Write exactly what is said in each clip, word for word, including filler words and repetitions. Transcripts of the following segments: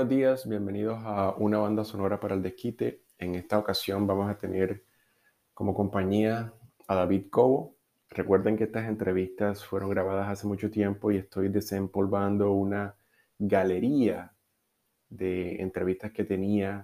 buenos días, bienvenidos a Una banda sonora para el desquite. En esta ocasión vamos a tener como compañía a David Cobo. Recuerden que estas entrevistas fueron grabadas hace mucho tiempo y estoy desempolvando una galería de entrevistas que tenía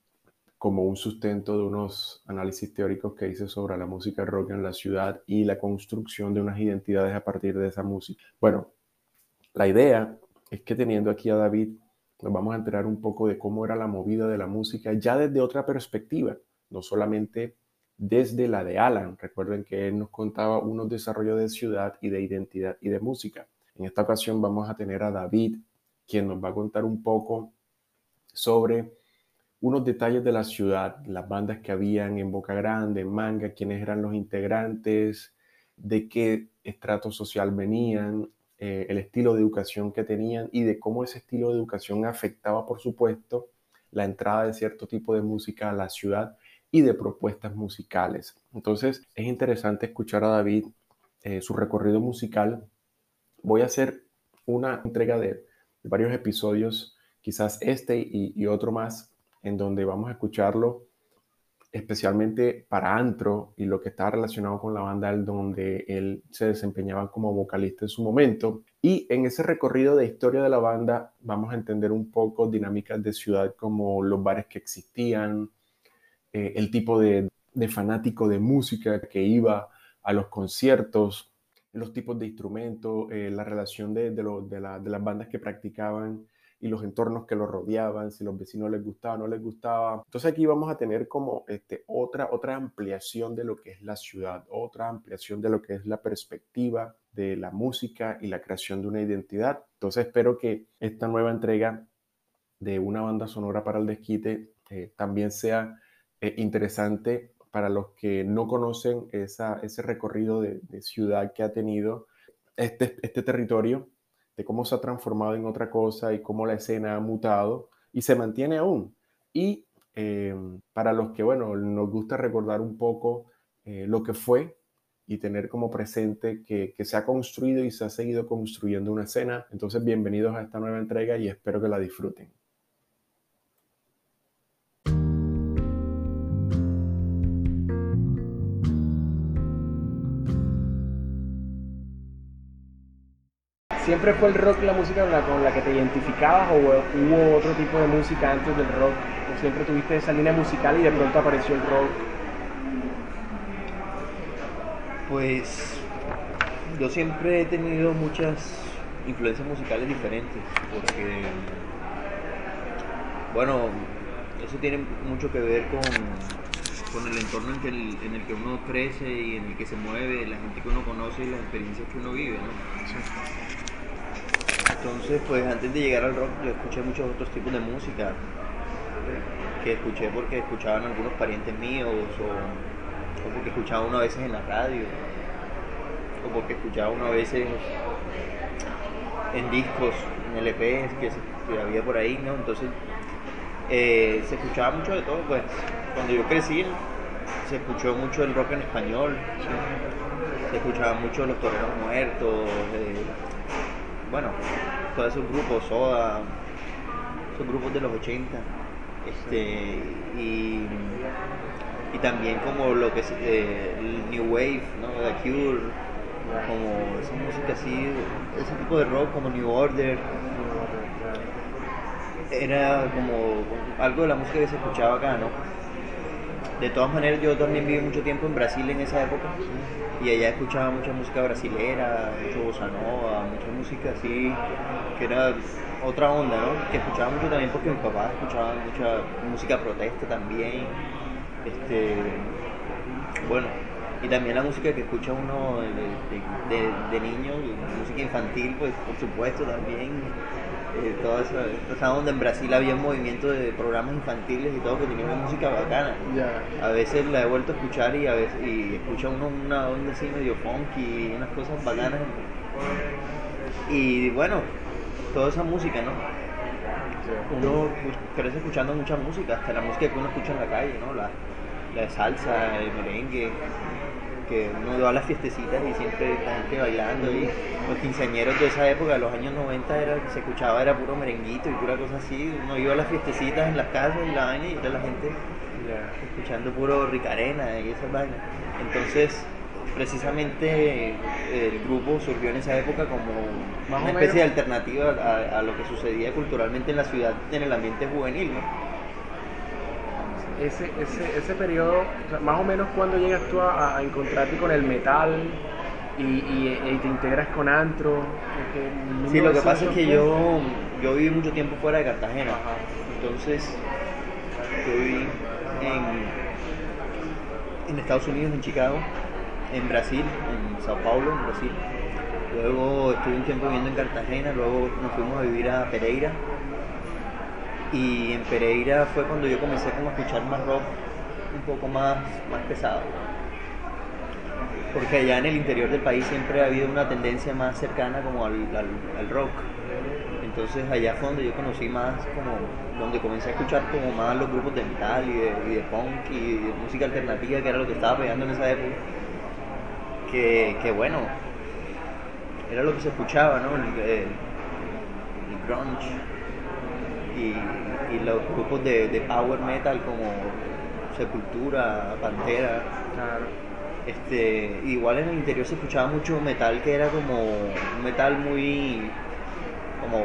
como un sustento de unos análisis teóricos que hice sobre la música rock en la ciudad y la construcción de unas identidades a partir de esa música. Bueno, la idea es que teniendo aquí a David, nos vamos a enterar un poco de cómo era la movida de la música ya desde otra perspectiva, no solamente desde la de Alan. Recuerden que él nos contaba unos desarrollos de ciudad y de identidad y de música. En esta ocasión vamos a tener a David, quien nos va a contar un poco sobre unos detalles de la ciudad, las bandas que habían en Boca Grande, en Manga, quiénes eran los integrantes, de qué estrato social venían, eh, el estilo de educación que tenían y de cómo ese estilo de educación afectaba, por supuesto, la entrada de cierto tipo de música a la ciudad y de propuestas musicales. Entonces, es interesante escuchar a David, eh, su recorrido musical. Voy a hacer una entrega de, de varios episodios, quizás este y, y otro más, en donde vamos a escucharlo especialmente para Antro y lo que está relacionado con la banda donde él se desempeñaba como vocalista en su momento. Y en ese recorrido de historia de la banda vamos a entender un poco dinámicas de ciudad como los bares que existían, eh, el tipo de, de fanático de música que iba a los conciertos, los tipos de instrumentos, eh, la relación de, de, lo, de, la, de las bandas que practicaban y los entornos que los rodeaban, si los vecinos les gustaba o no les gustaba. Entonces aquí vamos a tener como este, otra, otra ampliación de lo que es la ciudad, otra ampliación de lo que es la perspectiva de la música y la creación de una identidad. Entonces espero que esta nueva entrega de Una banda sonora para el desquite eh, también sea eh, interesante para los que no conocen esa, ese recorrido de, de ciudad que ha tenido este, este territorio, de cómo se ha transformado en otra cosa y cómo la escena ha mutado y se mantiene aún. Y eh, para los que, bueno, nos gusta recordar un poco eh, lo que fue y tener como presente que, que se ha construido y se ha seguido construyendo una escena. Entonces, bienvenidos a esta nueva entrega y espero que la disfruten. ¿Siempre fue el rock la música con la, con la que te identificabas o hubo otro tipo de música antes del rock? ¿O siempre tuviste esa línea musical y de pronto apareció el rock? Pues yo siempre he tenido muchas influencias musicales diferentes, porque, bueno, eso tiene mucho que ver con, con el entorno en, que el, en el que uno crece y en el que se mueve, la gente que uno conoce y las experiencias que uno vive, ¿no? Sí. Entonces, pues antes de llegar al rock yo escuché muchos otros tipos de música que escuché porque escuchaban algunos parientes míos o, o porque escuchaba uno a veces en la radio o porque escuchaba uno a veces en discos, en L Pes que, que había por ahí, ¿no? Entonces eh, se escuchaba mucho de todo, pues cuando yo crecí se escuchó mucho el rock en español, ¿sí? Se escuchaba mucho Los Toreros Muertos, eh, bueno, todos esos grupos, Soda, esos grupos de los ochenta, este, y, y también como lo que es eh, el New Wave, ¿no? The Cure, como esa música así, ese tipo de rock como New Order, era como algo de la música que se escuchaba acá, ¿no? De todas maneras, yo también viví mucho tiempo en Brasil en esa época y allá escuchaba mucha música brasilera, mucho bossa nova, mucha música así, que era otra onda, ¿no? Que escuchaba mucho también porque mi papá escuchaba mucha música protesta también, este, bueno, y también la música que escucha uno de, de, de, de niño, música infantil, pues por supuesto también. Eh, toda esa, esa onda. En Brasil había un movimiento de programas infantiles y todo que tenía una música bacana. Yeah. A veces la he vuelto a escuchar y a veces y escucha uno una onda así medio funky, unas cosas bacanas. Y bueno, toda esa música, ¿no? Uno crece escuchando mucha música, hasta la música que uno escucha en la calle, ¿no? La, la de salsa, el merengue, porque uno iba a las fiestecitas y siempre la gente bailando y los quinceañeros de esa época, de los años noventa, era, se escuchaba era puro merenguito y pura cosa así. Uno iba a las fiestecitas en las casas y la vaina y era la gente Ya. escuchando puro Ricarena y esas vainas. Entonces, precisamente el grupo surgió en esa época como Más una o especie de menos. alternativa a, a lo que sucedía culturalmente en la ciudad en el ambiente juvenil, ¿no? Ese, ese, ese periodo, o sea, más o menos cuando llegas tú a, a encontrarte con el metal y, y, y te integras con Antro. Porque Sí, lo que pasa es que ¿qué? yo, yo viví mucho tiempo fuera de Cartagena, Ajá. entonces yo viví en, en Estados Unidos, en Chicago, en Brasil, en Sao Paulo, en Brasil. Luego estuve un tiempo viviendo en Cartagena, luego nos fuimos a vivir a Pereira. Y en Pereira fue cuando yo comencé como a escuchar más rock, un poco más, más pesado. Porque allá en el interior del país siempre ha habido una tendencia más cercana como al, al, al rock. Entonces allá fue donde yo conocí más, como donde comencé a escuchar como más los grupos de metal y de, y de punk y de música alternativa, que era lo que estaba pegando en esa época. Que, que bueno, era lo que se escuchaba, ¿no? El, el, el grunge. Y, y los grupos de, de power metal como Sepultura, Pantera. Claro. Este, igual en el interior se escuchaba mucho metal que era como un metal muy como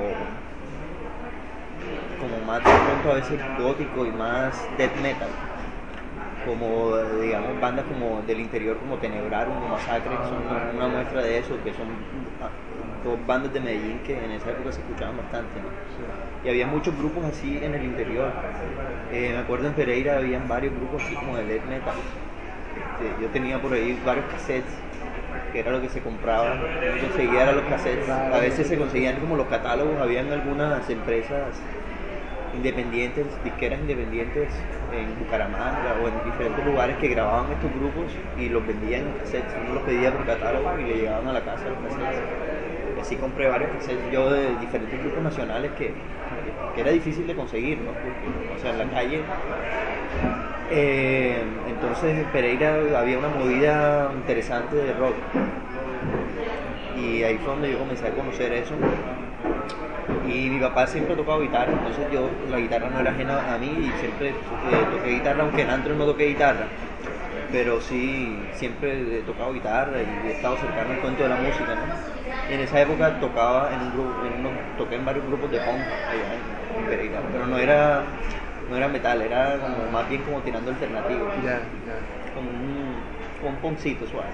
como más de pronto a veces gótico y más death metal, como digamos bandas como del interior como Tenebrarum o Masacre, que son una, una muestra de eso, que son ah, dos bandas de Medellín que en esa época se escuchaban bastante, ¿no? Y había muchos grupos así en el interior. Eh, me acuerdo en Pereira habían varios grupos así como de death metal. Este, yo tenía por ahí varios cassettes, que era lo que se compraba, yo conseguía era los cassettes. A veces se conseguían como los catálogos, habían algunas empresas independientes, disqueras independientes en Bucaramanga o en diferentes lugares que grababan estos grupos y los vendían en cassettes. Uno los pedía por catálogo y le llegaban a la casa los cassettes. Y así compré varios cassettes yo de diferentes grupos nacionales que, que era difícil de conseguir, ¿no? Porque, o sea, en la calle. Eh, entonces en Pereira había una movida interesante de rock y ahí fue donde yo comencé a conocer eso. Y mi papá siempre ha tocado guitarra, entonces yo la guitarra no era ajena a mí y siempre eh, toqué guitarra, aunque en antro no toqué guitarra, pero sí siempre he tocado guitarra y he estado cercano al cuento de la música, ¿no? Y en esa época tocaba en un grupo, en unos, toqué en varios grupos de punk allá en, en Pereira, pero no era, no era metal, era como más bien como tirando alternativo, Ya, ya. como un, como un punkcito suave.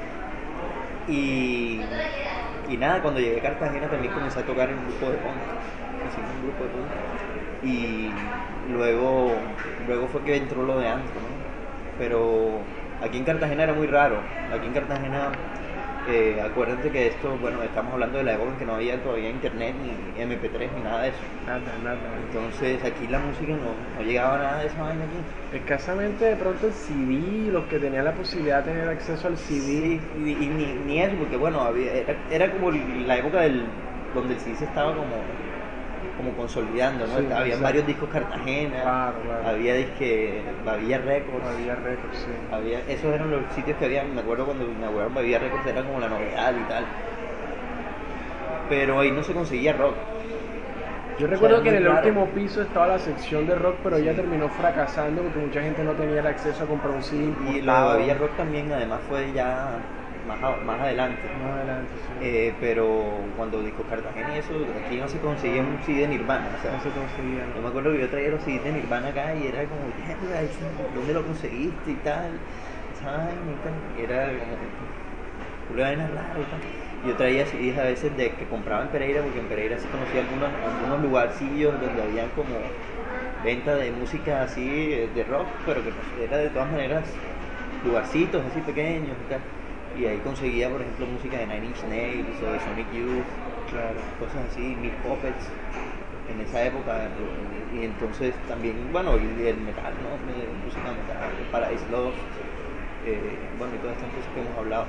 Y, y nada, cuando llegué a Cartagena también comencé a tocar en un grupo de punk, así en un grupo de punk. Y luego, luego fue que entró lo de antro, ¿no? Pero aquí en Cartagena era muy raro. Aquí en Cartagena, eh, acuérdate que esto, bueno, estamos hablando de la época en que no había todavía internet, ni eme pe tres, ni nada de eso. Nada, nada. Entonces aquí la música no, no llegaba nada de esa vaina aquí. Escasamente de pronto el C D, los que tenían la posibilidad de tener acceso al C D. Sí, y, y ni, ni eso, porque bueno, había, era, era como la época del, donde el C D se estaba como, como consolidando, ¿no? Sí, Había exacto. varios discos Cartagena, Claro, claro. había disque, Bavilla Records, Había récords, sí. había, esos eran los sitios que había, me acuerdo cuando me acuerdo Bavilla Records era como la novedad y tal. Pero ahí no se conseguía rock. Yo recuerdo O sea, que en es el muy raro. último piso estaba la sección de rock, pero Sí. ya terminó fracasando porque mucha gente no tenía el acceso a comprar un C D Y lo de importado. Bavilla Rock también además fue ya más, a- más adelante. Más adelante, sí. Eh, pero cuando Disco Cartagena y eso, aquí no se conseguía un C D de Nirvana. O sea, No se conseguía, yo ¿no? me acuerdo que yo traía los C Ds de Nirvana acá y era como, "Mierda, ese- ¿dónde lo conseguiste y tal? Esa vaina y tal". Y era como, una vaina rara y tal. Yo traía C Ds a veces de que compraba en Pereira, porque en Pereira sí conocía algunos, algunos lugarcillos donde había como venta de música así, eh, de rock, pero que no- era de todas maneras lugarcitos así pequeños y tal. Y ahí conseguía, por ejemplo, música de Nine Inch Nails o de Sonic Youth, Claro. cosas así, Meat Puppets en esa época. Y entonces también, bueno, y el metal, ¿no? Eh, Música metal, Paradise Lost, eh, bueno, y todas estas cosas que hemos hablado.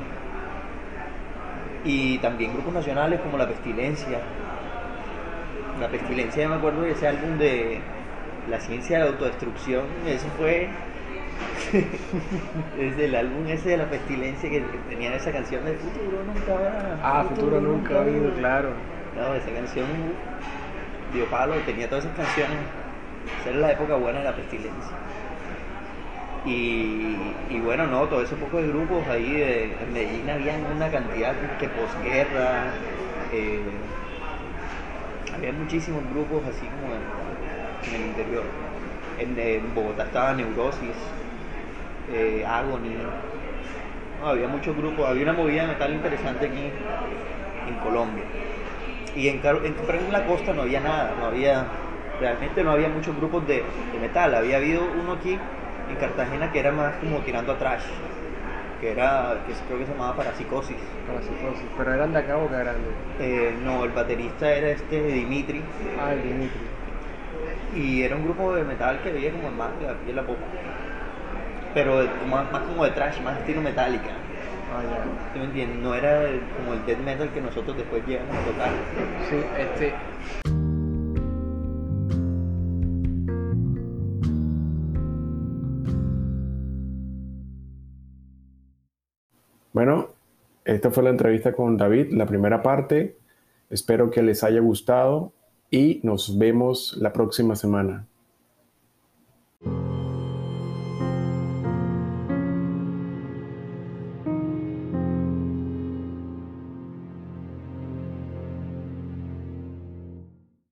Y también grupos nacionales como La Pestilencia. La Pestilencia, yo me acuerdo de ese álbum de La Ciencia de la Autodestrucción, eso fue Desde el álbum ese de La Pestilencia que que tenía esa canción de Futuro nunca va. Ah, Futuro nunca ha habido, claro. No, esa canción uf, dio palo, tenía todas esas canciones. Esa era la época buena de La Pestilencia. Y, y bueno, no, todos esos pocos de grupos ahí de, en Medellín habían una cantidad que posguerra, eh, había muchísimos grupos así como en, en el interior. En, en Bogotá estaba Neurosis, eh, Agony, no, había muchos grupos, había una movida de metal interesante aquí en Colombia. Y en, Car- en, pero en la costa no había nada, no había, realmente no había muchos grupos de, de metal. Había habido uno aquí en Cartagena que era más como tirando a trash, que era, que creo que se llamaba Parapsicosis. Para psicosis. Pero eran de acá Boca Grande. Eh, no, el baterista era este Dimitri, Ah, el Dimitri. y era un grupo de metal que veía como en manga, aquí en la popa. Pero de- más, más como de trash, más estilo Metallica. Ah, ya. ¿Sí me entiendes? No era el- como el death metal que nosotros después llegamos a tocar. Sí, este. Bueno, esta fue la entrevista con David, la primera parte. Espero que les haya gustado y nos vemos la próxima semana.